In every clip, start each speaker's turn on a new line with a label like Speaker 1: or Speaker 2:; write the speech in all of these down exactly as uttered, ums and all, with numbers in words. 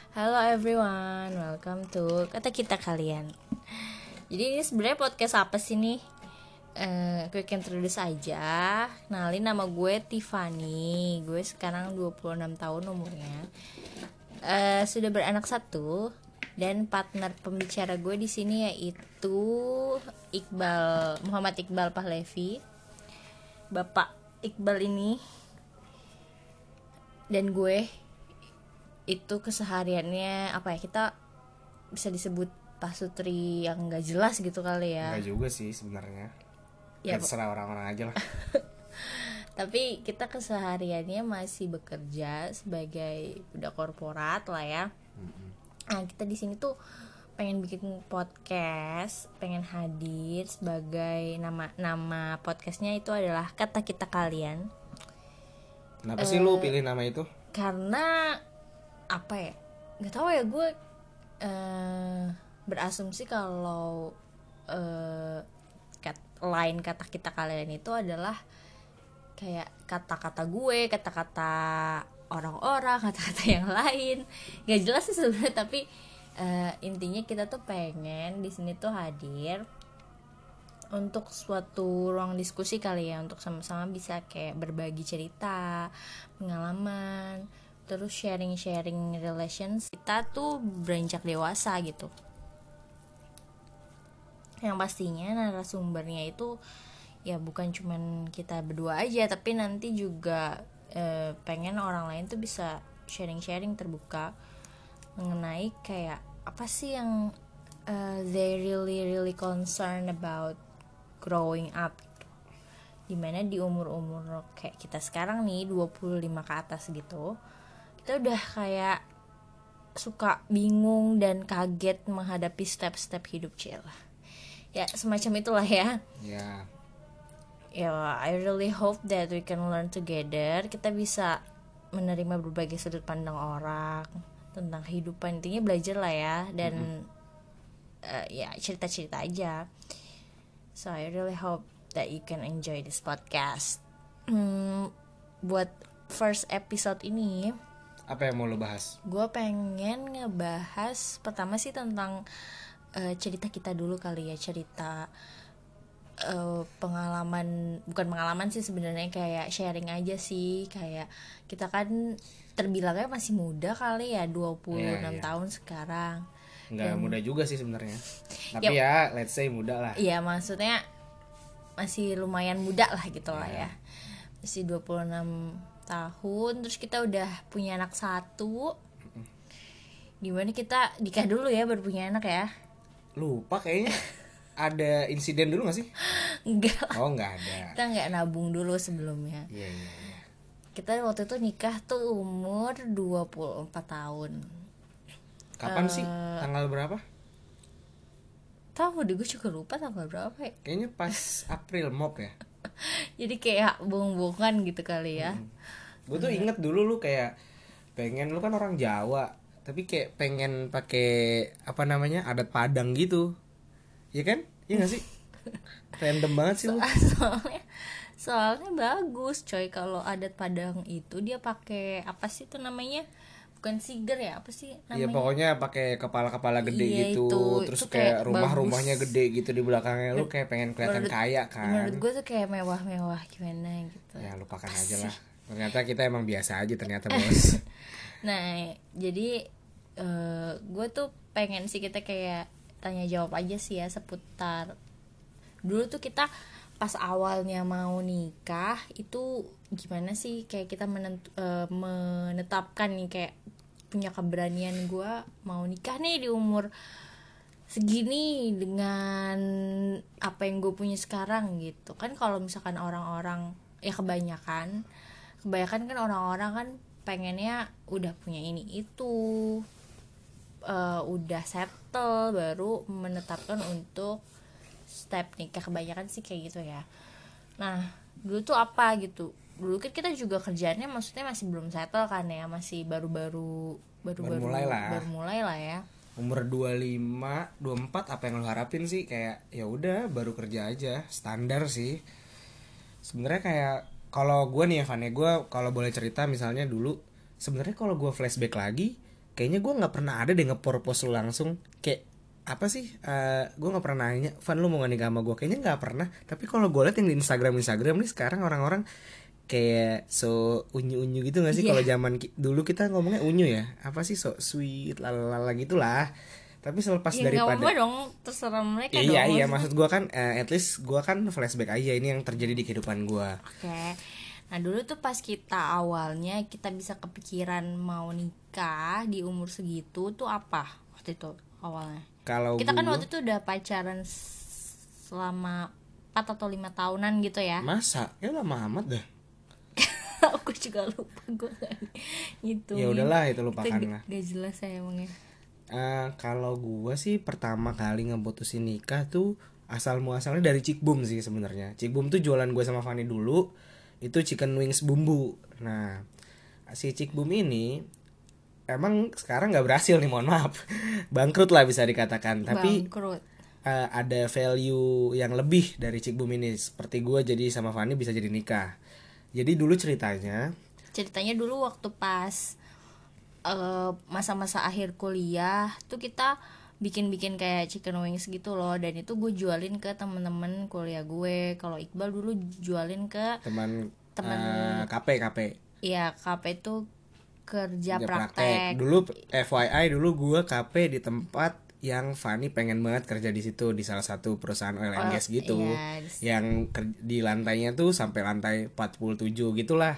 Speaker 1: Halo everyone, welcome to Kata Kita Kalian. Jadi ini sebenarnya podcast apa sih nih? Uh, quick introduce aja. Kenalin, nama gue Tiffany. Gue sekarang dua puluh enam tahun umurnya. uh, Sudah beranak satu. Dan partner pembicara gue di sini yaitu Iqbal, Muhammad Iqbal Pahlevi. Bapak Iqbal ini. Dan gue itu kesehariannya apa ya, kita bisa disebut pasutri yang nggak jelas gitu kali ya.
Speaker 2: Nggak juga sih sebenarnya, ya terserah orang-orang aja lah.
Speaker 1: Tapi kita kesehariannya masih bekerja sebagai budak korporat lah ya. Mm-hmm. Nah kita di sini tuh pengen bikin podcast, pengen hadir sebagai nama nama podcastnya itu adalah Kata Kita Kalian.
Speaker 2: Kenapa uh, sih lu pilih nama itu?
Speaker 1: Karena apa ya, nggak tahu ya, gue uh, berasumsi kalau uh, kat, lain kata kita kalian itu adalah kayak kata-kata gue, kata-kata orang-orang, kata-kata yang lain, nggak jelas sih sebenarnya. Tapi uh, intinya kita tuh pengen di sini tuh hadir untuk suatu ruang diskusi kali ya, untuk sama-sama bisa kayak berbagi cerita, pengalaman, terus sharing-sharing relations kita tuh beranjak dewasa gitu. Yang pastinya narasumbernya itu ya bukan cuman kita berdua aja, tapi nanti juga eh, pengen orang lain tuh bisa sharing-sharing terbuka mengenai kayak apa sih yang uh, they really really concerned about growing up gitu. Dimana di umur-umur kayak kita sekarang nih dua puluh lima ke atas gitu, kita udah kayak suka bingung dan kaget menghadapi step-step hidup, cil. Ya semacam itulah ya.
Speaker 2: Ya.
Speaker 1: Yeah. Ya, I really hope that we can learn together. Kita bisa menerima berbagai sudut pandang orang tentang kehidupan, intinya belajar lah ya. Dan mm-hmm. uh, ya cerita-cerita aja. So I really hope that you can enjoy this podcast. Hmm, buat first episode ini,
Speaker 2: apa yang mau lo bahas?
Speaker 1: Gue pengen ngebahas pertama sih tentang uh, cerita kita dulu kali ya. Cerita uh, pengalaman, bukan pengalaman sih sebenarnya, kayak sharing aja sih. Kayak kita kan terbilangnya masih muda kali ya, dua puluh enam yeah, yeah. tahun sekarang.
Speaker 2: Nggak Dan, muda juga sih sebenarnya. Tapi ya, ya let's say muda lah.
Speaker 1: Iya, maksudnya masih lumayan muda lah gitu yeah. lah ya. Masih dua puluh enam tahun, terus kita udah punya anak satu. Gimana kita nikah dulu ya baru punya anak ya?
Speaker 2: Lupa kayaknya. Ada insiden dulu gak sih?
Speaker 1: Enggak.
Speaker 2: Oh enggak ada.
Speaker 1: Kita gak nabung dulu sebelumnya.
Speaker 2: Iya iya iya.
Speaker 1: Kita waktu itu nikah tuh umur dua puluh empat tahun.
Speaker 2: Kapan uh, sih? Tanggal berapa?
Speaker 1: Tahu deh, gue juga lupa tanggal berapa ya.
Speaker 2: Kayaknya pas April Mop ya.
Speaker 1: Jadi kayak bohong-bohongan gitu kali ya. Hmm.
Speaker 2: Gue tuh inget dulu lu kayak pengen, lu kan orang Jawa, tapi kayak pengen pakai apa namanya, adat Padang gitu, ya kan? Iya nggak sih? Random banget sih lu.
Speaker 1: Soalnya, soalnya bagus coy kalau adat Padang itu dia pakai apa sih tuh namanya? Bukan siger ya, apa sih namanya?
Speaker 2: Iya pokoknya pakai kepala-kepala gede iya, gitu,
Speaker 1: itu,
Speaker 2: terus
Speaker 1: itu
Speaker 2: kayak, kayak rumah-rumahnya gede gitu di belakangnya, lu kayak pengen kelihatan menurut, kaya kan?
Speaker 1: Menurut gue tuh kayak mewah-mewah gimana gitu.
Speaker 2: Ya lupakan aja lah. Ternyata kita emang biasa aja ternyata, bos.
Speaker 1: Nah jadi uh, gue tuh pengen sih kita kayak tanya jawab aja sih ya seputar dulu tuh kita pas awalnya mau nikah itu gimana sih, kayak kita menentu, uh, menetapkan nih kayak punya keberanian gue mau nikah nih di umur segini dengan apa yang gue punya sekarang gitu kan. Kalau misalkan orang-orang ya kebanyakan kebanyakan kan orang-orang kan pengennya udah punya ini itu, uh, udah settle baru menetapkan untuk step nikah, kebanyakan sih kayak gitu ya. Nah dulu tuh apa gitu, dulu kan kita juga kerjaannya maksudnya masih belum settle kan ya, masih baru-baru baru-baru
Speaker 2: baru mulai lah,
Speaker 1: baru mulai lah ya.
Speaker 2: Umur dua puluh lima, dua puluh empat apa yang lo harapin sih? Kayak ya udah baru kerja aja, standar sih. Sebenarnya kayak kalau gue nih ya Van, gue kalau boleh cerita misalnya dulu, sebenarnya kalau gue flashback lagi kayaknya gue nggak pernah ada deh nge-propose lu langsung. Kayak apa sih, uh, gue nggak pernah nanya, Van lu mau gak nikah sama gue, kayaknya nggak pernah. Tapi kalau gue liat yang di Instagram Instagram nih sekarang orang-orang kayak so unyu-unyu gitu gak sih?
Speaker 1: Iya.
Speaker 2: Kalau zaman ki- dulu kita ngomongnya unyu ya, apa sih, so sweet lalala gitulah. Tapi selepas
Speaker 1: Ya nggak
Speaker 2: daripada
Speaker 1: apa-apa dong, terserah mereka
Speaker 2: iya
Speaker 1: dong.
Speaker 2: iya
Speaker 1: Maksudnya-
Speaker 2: maksud gue kan, eh, at least gue kan flashback aja ini yang terjadi di kehidupan gue.
Speaker 1: Oke. Nah dulu tuh pas kita awalnya kita bisa kepikiran mau nikah di umur segitu tuh apa waktu itu awalnya?
Speaker 2: Kalau
Speaker 1: Kita kan
Speaker 2: gua-
Speaker 1: waktu itu udah pacaran s- selama empat atau lima tahunan gitu ya.
Speaker 2: masa ya lama amat dah.
Speaker 1: Aku juga lupa gue gak gitu.
Speaker 2: Ya udahlah, itu lupakan lah.
Speaker 1: Gak jelas saya emangnya.
Speaker 2: Eh, kalau gue sih pertama kali ngeputusin nikah tuh asal muasalnya dari Cikbum sih sebenarnya. Cikbum tuh jualan gue sama Fani dulu, itu chicken wings bumbu. Nah, si Cikbum ini emang sekarang nggak berhasil nih, mohon maaf, bangkrut lah bisa dikatakan. Tapi
Speaker 1: Bangkrut.
Speaker 2: eh, ada value yang lebih dari Cikbum ini, seperti gue jadi sama Fani bisa jadi nikah. Jadi dulu ceritanya,
Speaker 1: Ceritanya dulu waktu pas eh, masa-masa akhir kuliah tuh kita bikin-bikin kayak chicken wings gitu loh, dan itu gue jualin ke temen-temen kuliah gue. Kalau Iqbal dulu jualin ke
Speaker 2: teman
Speaker 1: Teman-
Speaker 2: eh, K P K P
Speaker 1: ya K P itu kerja
Speaker 2: dia
Speaker 1: praktek.
Speaker 2: Dulu F Y I dulu gue K P di tempat yang Fani pengen banget kerja di situ, di salah satu perusahaan oil and
Speaker 1: Oh,
Speaker 2: gas gitu.
Speaker 1: iya.
Speaker 2: Yang ker- di lantainya tuh sampai lantai empat puluh tujuh gitulah,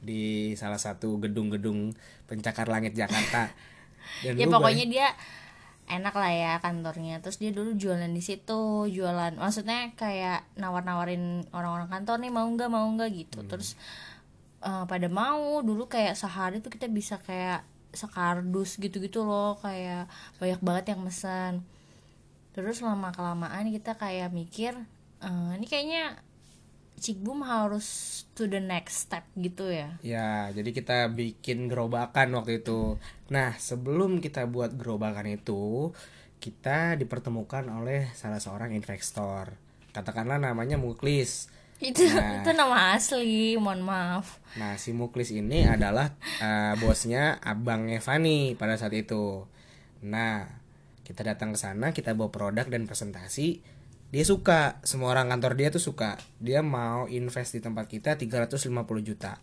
Speaker 2: di salah satu gedung-gedung pencakar langit Jakarta. Dan
Speaker 1: Ya
Speaker 2: dulu
Speaker 1: pokoknya
Speaker 2: bay-
Speaker 1: dia enak lah ya kantornya. Terus dia dulu jualan di situ, jualan maksudnya kayak nawar-nawarin orang-orang kantor nih, mau nggak mau nggak gitu. Terus eh, pada mau. Dulu kayak sehari tuh kita bisa kayak sekardus gitu-gitu loh, kayak banyak banget yang mesen. Terus lama kelamaan kita kayak mikir eh, ini kayaknya Cikbum harus to the next step gitu ya.
Speaker 2: Ya, jadi kita bikin gerobakan waktu itu. Nah, sebelum kita buat gerobakan itu, kita dipertemukan oleh salah seorang investor. Katakanlah namanya Muklis.
Speaker 1: Itu
Speaker 2: Nah.
Speaker 1: itu nama asli, mohon maaf.
Speaker 2: Nah, si Muklis ini adalah eh, bosnya abangnya Fani pada saat itu. Nah, kita datang ke sana, kita bawa produk dan presentasi. Dia suka, semua orang kantor dia tuh suka. Dia mau invest di tempat kita tiga ratus lima puluh juta.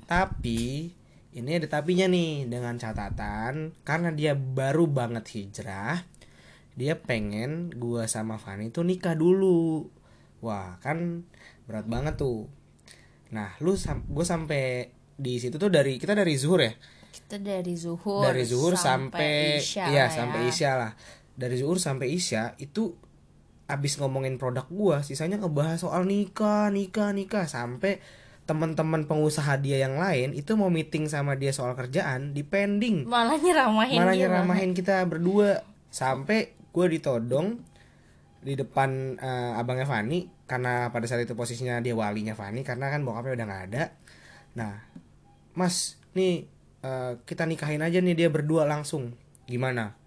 Speaker 2: Tapi ini ada tapinya nih, dengan catatan karena dia baru banget hijrah, dia pengen gua sama Fani tuh nikah dulu. Wah, kan berat banget tuh. Nah, lu sam- gue sampai di situ tuh dari kita dari zuhur ya.
Speaker 1: Kita dari zuhur
Speaker 2: Dari zuhur sampai,
Speaker 1: isya
Speaker 2: iya
Speaker 1: lah ya.
Speaker 2: sampai isya lah. Dari zuhur sampai isya itu abis ngomongin produk gua, sisanya ngebahas soal nikah, nikah, nikah sampai teman-teman pengusaha dia yang lain itu mau meeting sama dia soal kerjaan, dipending.
Speaker 1: Malah nyeramahin
Speaker 2: Malah
Speaker 1: dia
Speaker 2: nyeramahin kita berdua sampai gue ditodong di depan eh, abangnya Fani, karena pada saat itu posisinya dia walinya Fani karena kan bokapnya udah nggak ada. Nah, Mas, nih eh, kita nikahin aja nih dia berdua langsung, gimana?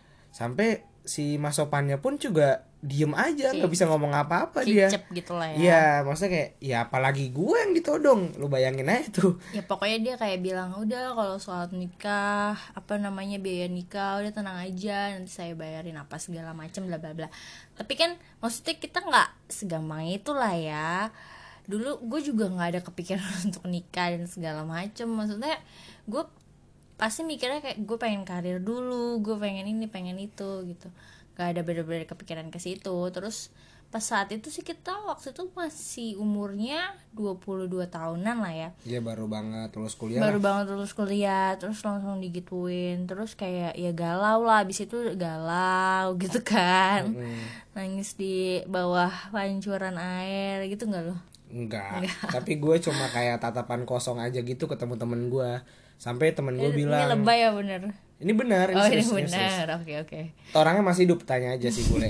Speaker 2: Sampai si Mas Sopannya pun juga diem aja, nggak bisa ngomong apa-apa dia.
Speaker 1: Kicep gitu lah ya.
Speaker 2: Iya, maksudnya kayak ya apalagi gue yang ditodong, lu bayangin aja tuh.
Speaker 1: Ya pokoknya dia kayak bilang udah kalau soal nikah apa namanya biaya nikah udah tenang aja, nanti saya bayarin apa segala macam bla bla bla. Tapi kan maksudnya kita nggak segampang itulah ya. Dulu gue juga nggak ada kepikiran untuk nikah dan segala macam. Maksudnya gue pasti mikirnya kayak gue pengen karir dulu, gue pengen ini pengen itu gitu. Gak ada bener-bener kepikiran ke situ. Terus pas saat itu sih kita waktu itu masih umurnya dua puluh dua tahunan lah ya.
Speaker 2: Dia baru banget lulus kuliah.
Speaker 1: Baru
Speaker 2: lah.
Speaker 1: banget lulus kuliah, terus langsung digituin. Terus kayak ya galau lah, abis itu galau gitu kan.
Speaker 2: Mm-mm.
Speaker 1: Nangis di bawah pancuran air gitu gak lo?
Speaker 2: Enggak. Tapi gue cuma kayak tatapan kosong aja gitu ketemu temen gue. Sampai temen gue
Speaker 1: Ini
Speaker 2: bilang,
Speaker 1: lebay ya bener.
Speaker 2: ini benar, ini
Speaker 1: Oh ini
Speaker 2: serius, ini serius.
Speaker 1: bener, oke oke.
Speaker 2: Orangnya masih hidup, tanya aja sih bule.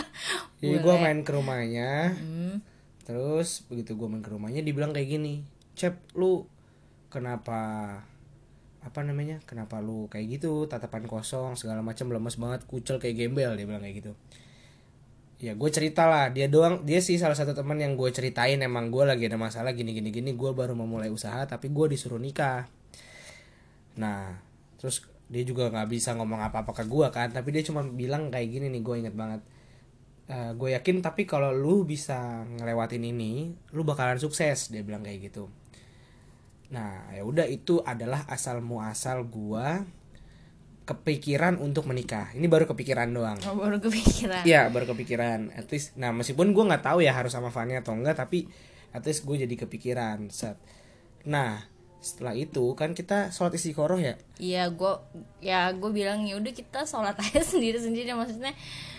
Speaker 2: Jadi gue
Speaker 1: Bule.
Speaker 2: main ke rumahnya.
Speaker 1: Hmm.
Speaker 2: Terus begitu gue main ke rumahnya dibilang kayak gini, Cep, lu kenapa apa namanya? Kenapa lu kayak gitu, tatapan kosong segala macam, lemes banget, kucel kayak gembel, dia bilang kayak gitu. Ya gue cerita lah, dia doang, dia sih salah satu teman yang gue ceritain emang gue lagi ada masalah gini gini gini, gue baru memulai usaha tapi gue disuruh nikah. Nah, terus dia juga nggak bisa ngomong apa-apa ke gue kan, tapi dia cuma bilang kayak gini nih, gue inget banget. E, gue yakin tapi kalau lu bisa ngelewatin ini lu bakalan sukses, dia bilang kayak gitu. Nah ya udah, itu adalah asal muasal gue kepikiran untuk menikah. Ini baru kepikiran doang.
Speaker 1: Oh, baru kepikiran.
Speaker 2: Iya, baru kepikiran. At least, nah meskipun gue nggak tahu ya harus sama Fanny atau enggak, tapi at least gue jadi kepikiran. Set. Nah, setelah itu kan kita sholat istiqoroh ya.
Speaker 1: Iya, gue ya gue bilang ya udah kita sholat aja sendiri-sendiri, maksudnya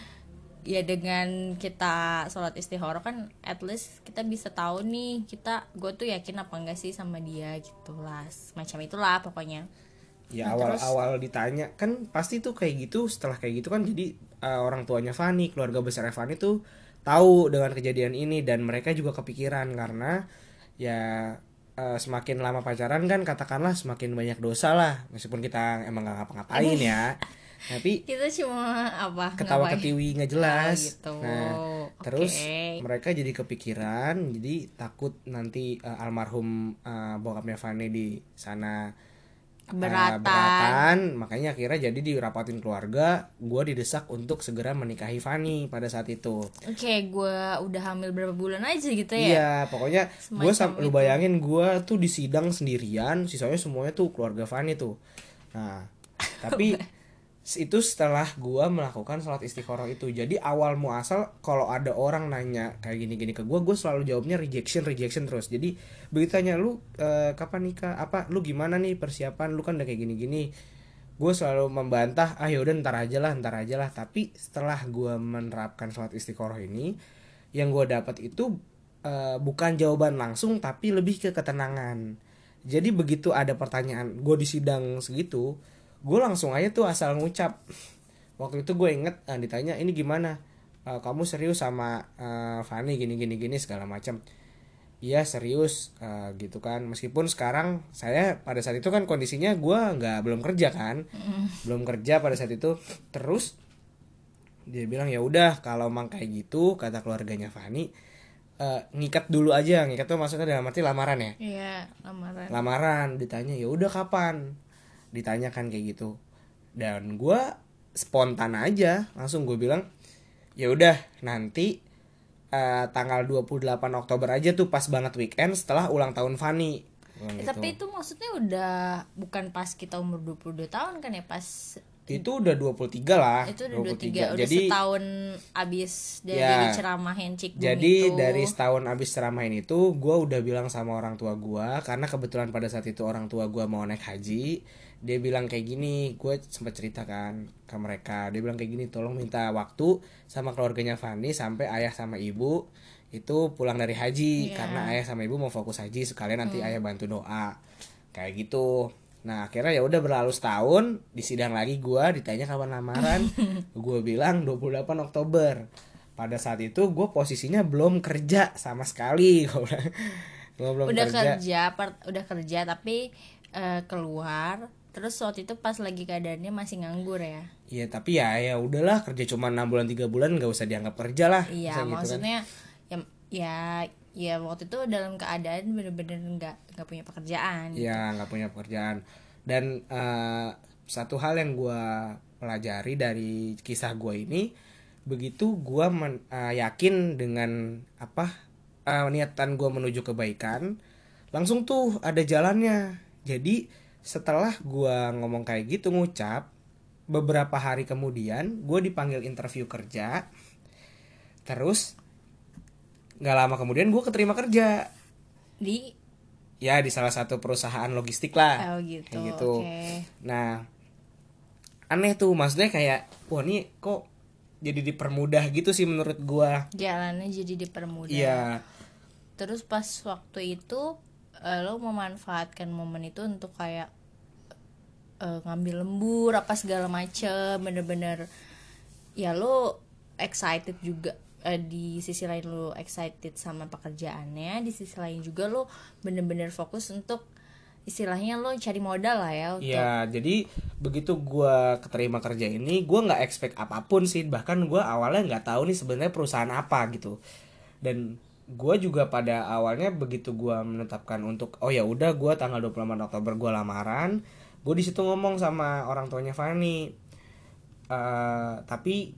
Speaker 1: ya dengan kita sholat istikharah kan at least kita bisa tahu nih kita gue tuh yakin apa enggak sih sama dia gitu lah, macam itulah pokoknya.
Speaker 2: Ya
Speaker 1: Nah,
Speaker 2: awal-awal ditanya kan pasti tuh kayak gitu. Setelah kayak gitu kan jadi uh, orang tuanya Fanny, keluarga besar Fanny tuh tahu dengan kejadian ini, dan mereka juga kepikiran karena ya uh, semakin lama pacaran kan katakanlah semakin banyak dosa lah, meskipun kita emang gak ngapa-ngapain ya. Tapi
Speaker 1: kita cuma apa
Speaker 2: ketawa
Speaker 1: ngapain?
Speaker 2: ketiwi nggak jelas.
Speaker 1: Oh, gitu.
Speaker 2: Nah
Speaker 1: Okay.
Speaker 2: terus mereka jadi kepikiran, jadi takut nanti uh, almarhum uh, bokapnya Fanny di sana
Speaker 1: keberatan.
Speaker 2: Uh, beratan, makanya akhirnya jadi dirapatin keluarga, gue didesak untuk segera menikahi Fanny pada saat itu.
Speaker 1: Oke, okay, gue udah hamil berapa bulan aja gitu ya.
Speaker 2: Iya, pokoknya gue sam- lu bayangin gue tuh di sidang sendirian, sisanya semuanya tuh keluarga Fanny tuh. Nah, tapi itu setelah gue melakukan sholat istikharah itu. Jadi awal muasal kalau ada orang nanya kayak gini-gini ke gue, gue selalu jawabnya rejection rejection terus. Jadi begitu tanya lu e, kapan nikah, apa lu gimana nih persiapan, lu kan udah kayak gini-gini, gue selalu membantah, ah yaudah ntar aja lah ntar aja lah. Tapi setelah gue menerapkan sholat istikharah ini, yang gue dapat itu e, bukan jawaban langsung tapi lebih ke ketenangan. Jadi begitu ada pertanyaan gue di sidang segitu, gue langsung aja tuh asal ngucap. Waktu itu gue inget uh, ditanya ini gimana, uh, kamu serius sama uh, Fanny gini gini gini segala macam. Iya serius uh, gitu kan. Meskipun sekarang saya pada saat itu kan kondisinya gue nggak belum kerja kan, mm. belum kerja pada saat itu. Terus dia bilang ya udah kalau emang kayak gitu kata keluarganya Fanny, uh, ngikat dulu aja. Ngikat tuh maksudnya dalam arti lamaran ya.
Speaker 1: Iya lamaran.
Speaker 2: Lamaran ditanya ya udah kapan. Ditanyakan kayak gitu, dan gue spontan aja langsung gue bilang ya udah nanti uh, tanggal dua puluh delapan Oktober aja tuh, pas banget weekend setelah ulang tahun Fanny.
Speaker 1: Eh,
Speaker 2: gitu.
Speaker 1: tapi itu maksudnya udah bukan pas kita umur dua puluh dua tahun kan ya, pas
Speaker 2: itu udah dua puluh tiga lah.
Speaker 1: Itu udah dua puluh tiga, udah
Speaker 2: jadi
Speaker 1: setahun abis dari
Speaker 2: ya,
Speaker 1: diceramahin Cik Bum
Speaker 2: jadi
Speaker 1: itu.
Speaker 2: dari setahun abis ceramahin itu gue udah bilang sama orang tua gue, karena kebetulan pada saat itu orang tua gue mau naik haji. Dia bilang kayak gini, gue sempat ceritakan ke mereka, dia bilang kayak gini, tolong minta waktu sama keluarganya Fanny sampai ayah sama ibu itu pulang dari haji, yeah. Karena ayah sama ibu mau fokus haji, sekalian nanti hmm. ayah bantu doa kayak gitu. Nah akhirnya ya udah berlalu setahun, di sidang lagi gue ditanya kapan lamaran. Gue bilang dua puluh delapan Oktober. Pada saat itu gue posisinya belum kerja sama sekali. Gue belum
Speaker 1: udah
Speaker 2: kerja,
Speaker 1: kerja per, udah kerja tapi uh, keluar. Terus waktu itu pas lagi keadaannya masih nganggur ya.
Speaker 2: Iya tapi ya ya udahlah, kerja cuma enam bulan tiga bulan nggak usah dianggap kerja lah.
Speaker 1: Iya maksudnya gitu kan. ya ya ya waktu itu dalam keadaan bener-bener nggak nggak punya pekerjaan.
Speaker 2: Iya nggak gitu. punya pekerjaan. Dan uh, satu hal yang gue pelajari dari kisah gue ini, begitu gue men, uh, yakin dengan apa uh, niatan gue menuju kebaikan, langsung tuh ada jalannya. Jadi setelah gue ngomong kayak gitu, ngucap, beberapa hari kemudian gue dipanggil interview kerja. Terus gak lama kemudian gue keterima kerja
Speaker 1: di
Speaker 2: ya di salah satu perusahaan logistik lah.
Speaker 1: Oh gitu,
Speaker 2: kayak gitu.
Speaker 1: Okay.
Speaker 2: Nah aneh tuh, maksudnya kayak wah nih kok jadi dipermudah gitu sih menurut gue.
Speaker 1: Jalannya jadi dipermudah.
Speaker 2: Iya.
Speaker 1: Terus pas waktu itu lo memanfaatkan momen itu untuk kayak uh, ngambil lembur apa segala macem, bener-bener ya lo excited juga, uh, di sisi lain lo excited sama pekerjaannya, di sisi lain juga lo bener-bener fokus untuk istilahnya lo cari modal lah ya untuk...
Speaker 2: Ya jadi begitu gue keterima kerja ini, gue nggak expect apapun sih, bahkan gue awalnya nggak tahu nih sebenarnya perusahaan apa gitu. Dan gue juga pada awalnya begitu gue menetapkan untuk oh ya udah gue tanggal dua puluh delapan Oktober gue lamaran, gue di situ ngomong sama orang tuanya Fani, uh, tapi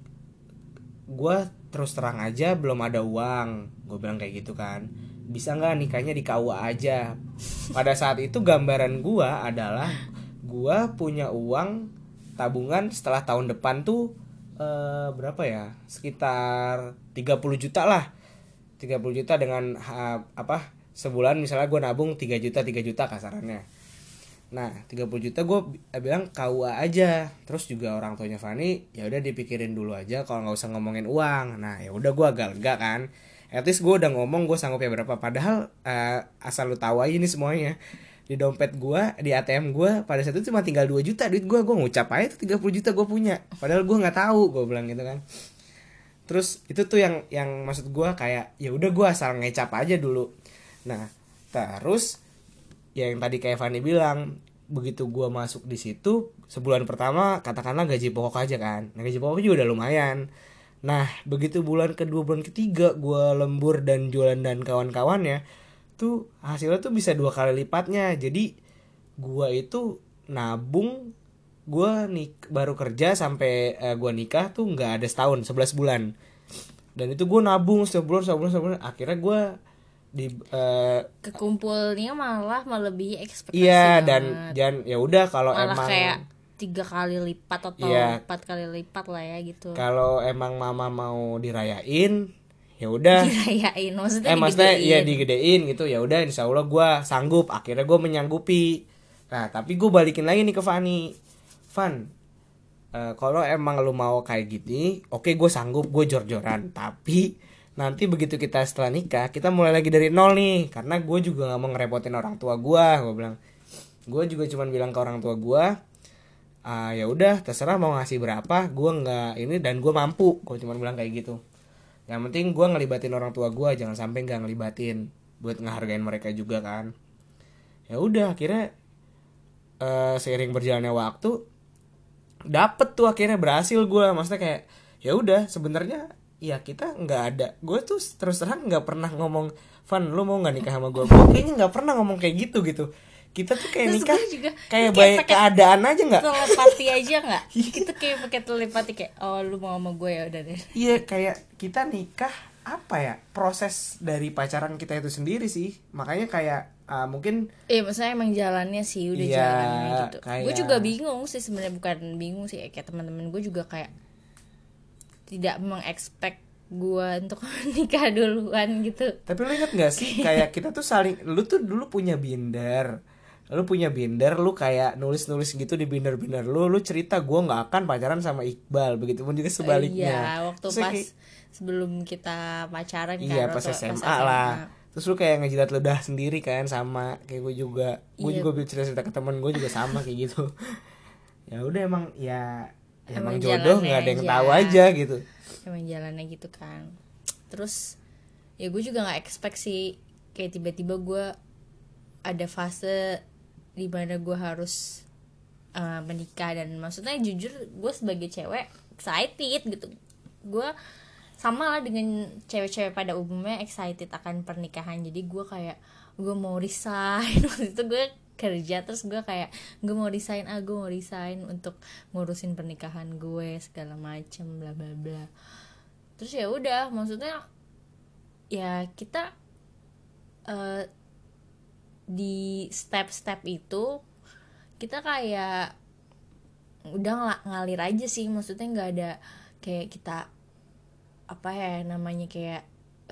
Speaker 2: gue terus terang aja belum ada uang, gue bilang kayak gitu kan, bisa nggak nikahnya di K U A aja. Pada saat itu gambaran gue adalah gue punya uang tabungan setelah tahun depan tuh uh, berapa ya, sekitar tiga puluh juta lah, tiga puluh juta dengan uh, apa sebulan misalnya gue nabung tiga juta tiga juta kasarannya. Nah tiga puluh juta gue bilang K U A aja. Terus juga orang tuanya Fani ya udah dipikirin dulu aja, kalau nggak usah ngomongin uang. Nah ya udah gue agak lega kan, at least gue udah ngomong gue sanggup ya berapa. Padahal uh, asal lu tahu aja nih semuanya, di dompet gue, di A T M gue pada saat itu cuma tinggal dua juta duit gue. Gue ngucap aja tuh tiga puluh juta gue punya, padahal gue nggak tahu, gue bilang gitu kan. Terus itu tuh yang yang maksud gue kayak ya udah gue asal ngecap aja dulu. Nah terus ya yang tadi kayak Fanny bilang, begitu gue masuk di situ sebulan pertama katakanlah gaji pokok aja kan. Nah gaji pokok juga udah lumayan. Nah begitu bulan kedua bulan ketiga gue lembur dan jualan dan kawan-kawannya tuh hasilnya tuh bisa dua kali lipatnya. Jadi gue itu nabung, gue nik baru kerja sampai uh, gue nikah tuh nggak ada setahun, sebelas bulan. Dan itu gue nabung setiap bulan setiap bulan setiap bulan. Akhirnya gue di uh,
Speaker 1: kekumpulnya malah melebihi ekspektasi.
Speaker 2: iya
Speaker 1: banget.
Speaker 2: dan dan ya udah kalau
Speaker 1: malah
Speaker 2: emang
Speaker 1: kayak tiga kali lipat atau
Speaker 2: iya,
Speaker 1: empat kali lipat lah ya gitu.
Speaker 2: kalau emang mama mau dirayain ya udah
Speaker 1: Dirayain maksudnya
Speaker 2: eh maksudnya
Speaker 1: digedein.
Speaker 2: ya digedein gitu, ya udah insya Allah gue sanggup. Akhirnya gue menyanggupi. Nah tapi gue balikin lagi nih ke Fanny, Van, uh, kalau emang lu mau kayak gini oke okay, gue sanggup, gue jor-joran. Tapi nanti begitu kita setelah nikah kita mulai lagi dari nol nih, karena gue juga nggak mau ngerepotin orang tua gue. Gue bilang, gue juga cuman bilang ke orang tua gue, ah ya udah terserah mau ngasih berapa, gue nggak ini dan gue mampu. Gue cuman bilang kayak gitu. Yang penting gue ngelibatin orang tua gue, jangan sampai nggak ngelibatin, buat ngehargain mereka juga kan. Ya udah akhirnya uh, seiring berjalannya waktu dapet tuh akhirnya berhasil gue. Maksudnya kayak ya udah sebenarnya ya kita nggak ada, gue tuh terus terang nggak pernah ngomong Van lu mau nggak nikah sama gue, gue kayaknya nggak pernah ngomong kayak gitu gitu. Kita tuh kayak
Speaker 1: Terus
Speaker 2: nikah
Speaker 1: juga,
Speaker 2: kayak
Speaker 1: kayak
Speaker 2: baik keadaan aja nggak,
Speaker 1: telepati aja nggak, kita kayak pakai telepati kayak oh lu mau sama gue ya udah deh.
Speaker 2: iya kayak kita nikah apa ya, proses dari pacaran kita itu sendiri sih. Makanya kayak uh, mungkin
Speaker 1: iya eh, maksudnya emang jalannya sih udah
Speaker 2: iya,
Speaker 1: jalannya gitu.
Speaker 2: kayak...
Speaker 1: Gue juga bingung sih sebenarnya, bukan bingung sih kayak teman-teman gue juga kayak tidak mengexpect gue untuk nikah duluan gitu.
Speaker 2: Tapi lu inget gak sih kayak kita tuh saling, lu tuh dulu punya binder, lu punya binder, lu kayak nulis-nulis gitu di binder-binder lu, lu cerita gue nggak akan pacaran sama Iqbal, begitupun juga sebaliknya.
Speaker 1: Iya waktu
Speaker 2: terus
Speaker 1: pas
Speaker 2: kayak,
Speaker 1: sebelum kita pacaran kan,
Speaker 2: iya pas S M A lah. Terus lu kayak ngejilat ludah sendiri kan, sama kayak gue juga. Gue iya. juga cerita-cerita ke temen gue juga sama kayak gitu. Ya udah emang ya emang, emang jodoh nggak ada yang aja. Tahu aja gitu.
Speaker 1: Emang jalannya gitu kan. Terus ya gue juga nggak expect sih kayak tiba-tiba gue ada fase di mana gue harus uh, menikah. Dan maksudnya jujur gue sebagai cewek excited gitu. Gue sama lah dengan cewek-cewek pada umumnya excited akan pernikahan. Jadi gue kayak gue mau resign. Waktu itu gue kerja terus gue kayak gue mau resign ah gue mau resign untuk ngurusin pernikahan gue segala macem bla bla bla. Terus ya udah maksudnya ya kita uh, di step-step itu kita kayak udah ng- ngalir aja sih. Maksudnya nggak ada kayak kita apa ya namanya kayak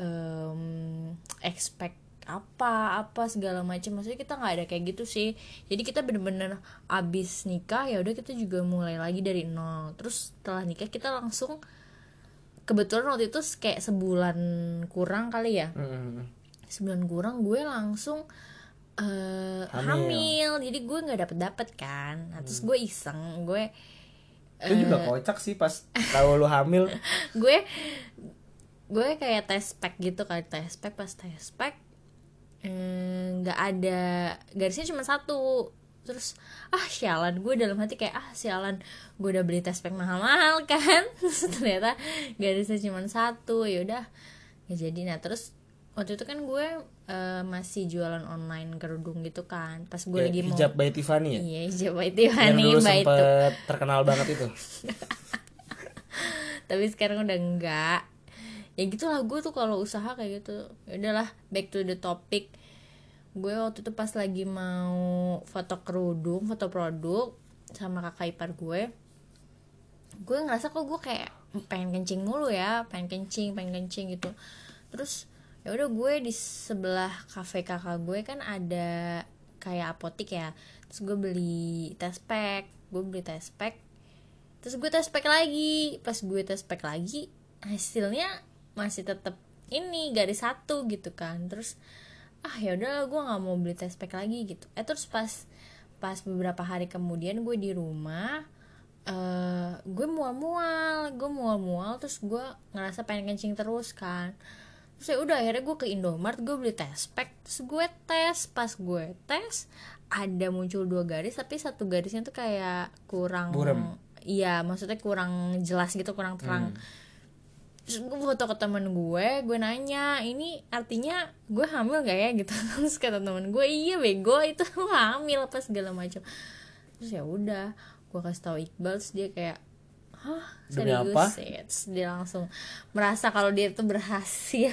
Speaker 1: um, expect apa apa segala macam. Maksudnya kita nggak ada kayak gitu sih. Jadi kita bener-bener abis nikah ya udah kita juga mulai lagi dari nol. Terus setelah nikah kita langsung, kebetulan waktu itu kayak sebulan kurang kali ya, mm-hmm. sebulan kurang gue langsung uh, hamil. hamil jadi gue nggak dapet dapet kan. Nah, terus gue iseng gue
Speaker 2: itu uh, juga kocak sih pas tahu lu hamil.
Speaker 1: gue gue kayak tes pack gitu kan, tes pack pas tes pack nggak hmm, ada garisnya cuma satu. Terus ah sialan, gue dalam hati kayak ah sialan gue udah beli tes pack mahal-mahal kan. Terus ternyata garisnya cuma satu. Ya udah ya jadi. Nah terus waktu itu kan gue uh, masih jualan online kerudung gitu kan, pas gue
Speaker 2: Ya,
Speaker 1: lagi mau
Speaker 2: hijab by Tiffany ya.
Speaker 1: iya hijab by
Speaker 2: Yang
Speaker 1: Tiffany
Speaker 2: dulu
Speaker 1: mbak itu,
Speaker 2: sempet terkenal banget itu.
Speaker 1: tapi sekarang udah enggak. Ya gitulah gue tuh kalau usaha kayak gitu. Ya udahlah, back to the topic. Gue waktu itu pas lagi mau foto kerudung, foto produk sama kakak ipar gue, gue ngerasa kok gue kayak pengen kencing mulu ya, pengen kencing, pengen kencing gitu. Terus ya udah, gue di sebelah kafe kakak gue kan ada kayak apotik ya. Terus gue beli test pack, gue beli test pack. Terus gue test pack lagi, pas gue test pack lagi hasilnya masih tetap ini garis satu gitu kan. Terus ah ya udah, gue nggak mau beli test pack lagi gitu. Eh terus pas pas beberapa hari kemudian gue di rumah, uh, gue mual-mual, gue mual-mual terus gue ngerasa pengen kencing terus kan. Terus ya udah, akhirnya gue ke Indomaret, gue beli test pack, terus gue tes. Pas gue tes ada muncul dua garis, tapi satu garisnya tuh kayak kurang
Speaker 2: Burem.
Speaker 1: Iya, maksudnya kurang jelas gitu, kurang terang. Hmm. Terus gue foto ke temen gue, gue nanya, ini artinya gue hamil gak ya gitu. Terus kata temen gue, iya bego, itu hamil apa segala macam. Terus ya udah, gue kasih tahu Iqbal, terus dia kayak, hah serius ya? Terus dia langsung merasa kalau dia tuh berhasil.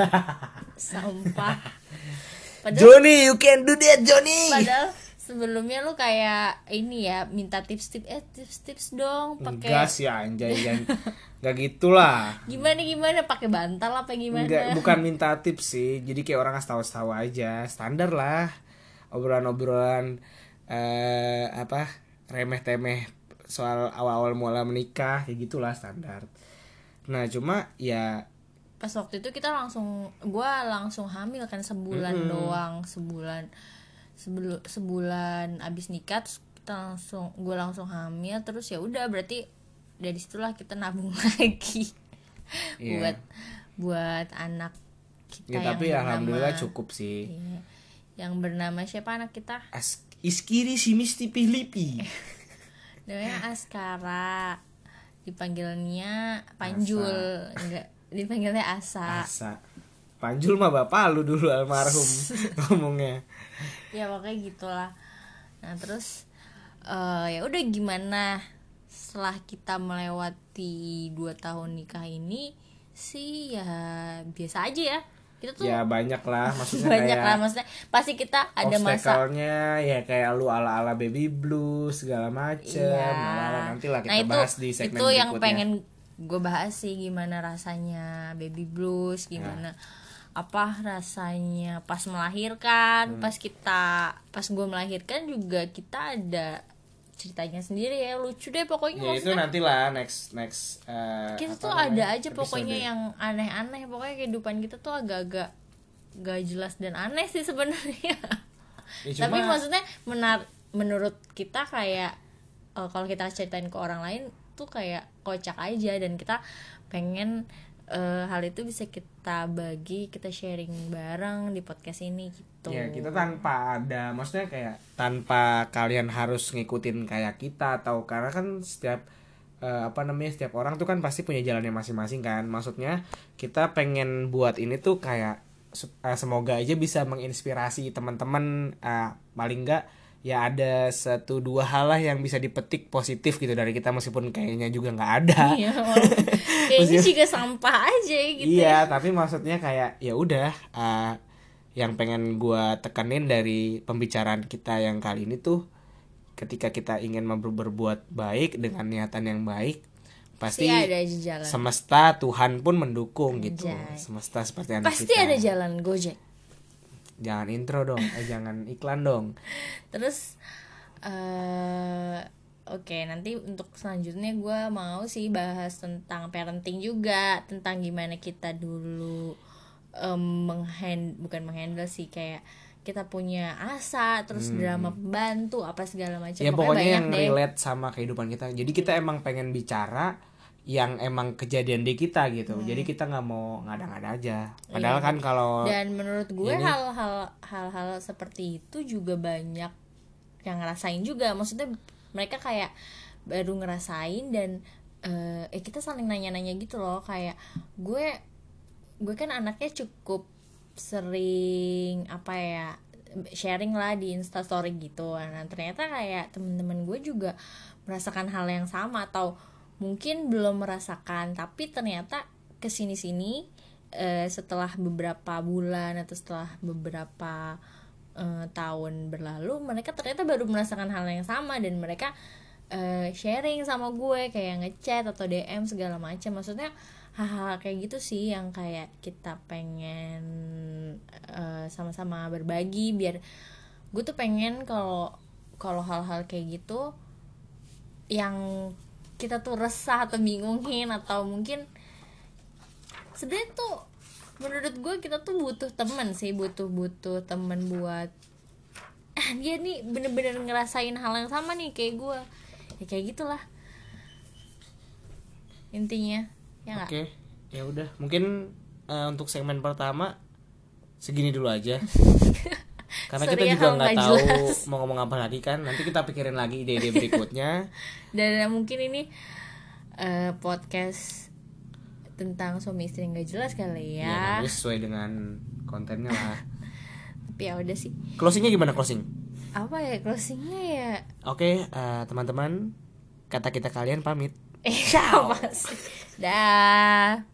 Speaker 1: Sampah.
Speaker 2: Padahal, Johnny, you can do that, Johnny.
Speaker 1: Padahal sebelumnya lu kayak ini ya, minta tips-tips eh tips-tips dong pakai.
Speaker 2: Enggak sih anjay, enggak gitulah.
Speaker 1: Gimana gimana pakai bantal apa gimana?
Speaker 2: Enggak, bukan minta tips sih. Jadi kayak orang ngasih tahu-tahu aja, standar lah. Obrolan-obrolan eh apa? remeh-temeh soal awal-awal mula menikah, kayak gitulah standar. Nah, cuma ya
Speaker 1: pas waktu itu kita langsung gua langsung hamil kan sebulan mm-hmm. doang, sebulan sebelum sebulan abis nikah terus kita langsung gue langsung hamil. Terus ya udah, berarti dari situlah kita nabung lagi yeah. buat buat anak kita
Speaker 2: ya,
Speaker 1: yang
Speaker 2: tapi
Speaker 1: bernama,
Speaker 2: alhamdulillah cukup sih
Speaker 1: iya, yang bernama siapa anak kita?
Speaker 2: As- Iskiri Simisti Pilipi.
Speaker 1: Namanya Askara, dipanggilnya Panjul, Asa. Enggak, dipanggilnya Asa.
Speaker 2: Asa. Panjul mah bapak lu dulu almarhum ngomongnya.
Speaker 1: Ya pokoknya gitulah. Nah terus uh, ya udah, gimana setelah kita melewati dua tahun nikah ini sih, ya biasa aja ya. Kita tuh
Speaker 2: ya banyak lah, maksudnya
Speaker 1: banyak
Speaker 2: kayak
Speaker 1: lah, maksudnya pasti kita ada masa
Speaker 2: obstacle-nya ya, kayak lu ala-ala baby blues segala macem.
Speaker 1: Iya.
Speaker 2: Nah, nanti lah kita
Speaker 1: nah, itu,
Speaker 2: bahas di segmen
Speaker 1: itu
Speaker 2: berikutnya.
Speaker 1: yang pengen gue bahas sih, gimana rasanya baby blues, gimana nah. apa rasanya pas melahirkan, hmm. pas kita pas gue melahirkan juga kita ada ceritanya sendiri ya, lucu deh pokoknya.
Speaker 2: Ya itu nantilah next next uh,
Speaker 1: kita tuh ada aja episode. Pokoknya yang aneh-aneh, pokoknya kehidupan kita tuh agak-agak gak jelas dan aneh sih sebenarnya. Ya, cuma... tapi maksudnya menar- menurut kita kayak uh, kalau kita ceritain ke orang lain tuh kayak kocak aja, dan kita pengen uh, hal itu bisa kita bagi, kita sharing bareng di podcast ini gitu.
Speaker 2: Ya kita tanpa ada, maksudnya kayak tanpa kalian harus ngikutin kayak kita, atau karena kan setiap uh, apa namanya setiap orang tuh kan pasti punya jalannya masing-masing kan. Maksudnya kita pengen buat ini tuh kayak uh, semoga aja bisa menginspirasi teman-teman, uh, paling enggak ya ada satu dua hal lah yang bisa dipetik positif gitu dari kita, meskipun kayaknya juga nggak ada.
Speaker 1: Iya, kayaknya juga sampah aja gitu.
Speaker 2: Iya, tapi maksudnya kayak ya udah, uh, yang pengen gue tekenin dari pembicaraan kita yang kali ini tuh, ketika kita ingin berbuat baik dengan niatan yang baik, pasti
Speaker 1: ada jalan.
Speaker 2: Semesta Tuhan pun mendukung. Anjay. Gitu. Semesta seperti anak
Speaker 1: pasti kita. Ada jalan Gojek.
Speaker 2: Jangan intro dong, eh jangan iklan dong.
Speaker 1: Terus uh, oke, okay, nanti untuk selanjutnya gue mau sih bahas tentang parenting juga, tentang gimana kita dulu um, menghand bukan menghandle sih, kayak kita punya asa, terus hmm. drama pembantu apa segala macam.
Speaker 2: Ya pokoknya, pokoknya yang deh. relate sama kehidupan kita. Jadi kita emang pengen bicara yang emang kejadian di kita gitu. Hmm. Jadi kita nggak mau ngada-ngada aja. Padahal iya. kan kalau
Speaker 1: dan menurut gue ini, hal-hal hal-hal seperti itu juga banyak yang ngerasain juga. Maksudnya mereka kayak baru ngerasain, dan uh, eh kita saling nanya-nanya gitu loh. Kayak gue gue kan anaknya cukup sering apa ya, sharing lah di Instastory gitu. Nah ternyata kayak temen-temen gue juga merasakan hal yang sama, atau mungkin belum merasakan, tapi ternyata kesini-sini eh, setelah beberapa bulan atau setelah beberapa eh, tahun berlalu, mereka ternyata baru merasakan hal yang sama, dan mereka eh, sharing sama gue kayak ngechat atau D M segala macam. Maksudnya hal-hal kayak gitu sih yang kayak kita pengen uh, sama-sama berbagi, biar gue tuh pengen kalau kalau hal-hal kayak gitu yang kita tuh resah atau bingungin, atau mungkin sebenarnya tuh menurut gue kita tuh butuh teman sih, butuh butuh teman buat ah dia nih bener-bener ngerasain hal yang sama nih kayak gue, ya kayak gitulah intinya. Ya nggak?
Speaker 2: Oke, ya udah. Mungkin uh, untuk segmen pertama segini dulu aja. Karena
Speaker 1: Sorry
Speaker 2: kita
Speaker 1: ya
Speaker 2: juga
Speaker 1: kalau
Speaker 2: nggak
Speaker 1: nggak
Speaker 2: tahu
Speaker 1: jelas.
Speaker 2: mau ngomong apa lagi kan. Nanti kita pikirin lagi ide-ide berikutnya.
Speaker 1: Dan mungkin ini uh, podcast tentang suami istri nggak jelas kali
Speaker 2: Ya,
Speaker 1: ya.
Speaker 2: namanya sesuai dengan kontennya lah.
Speaker 1: Tapi ya udah sih.
Speaker 2: Closingnya gimana closing?
Speaker 1: Apa ya closingnya ya?
Speaker 2: Oke, uh, teman-teman, kata kita kalian pamit.
Speaker 1: Eh, apa sih? Dah.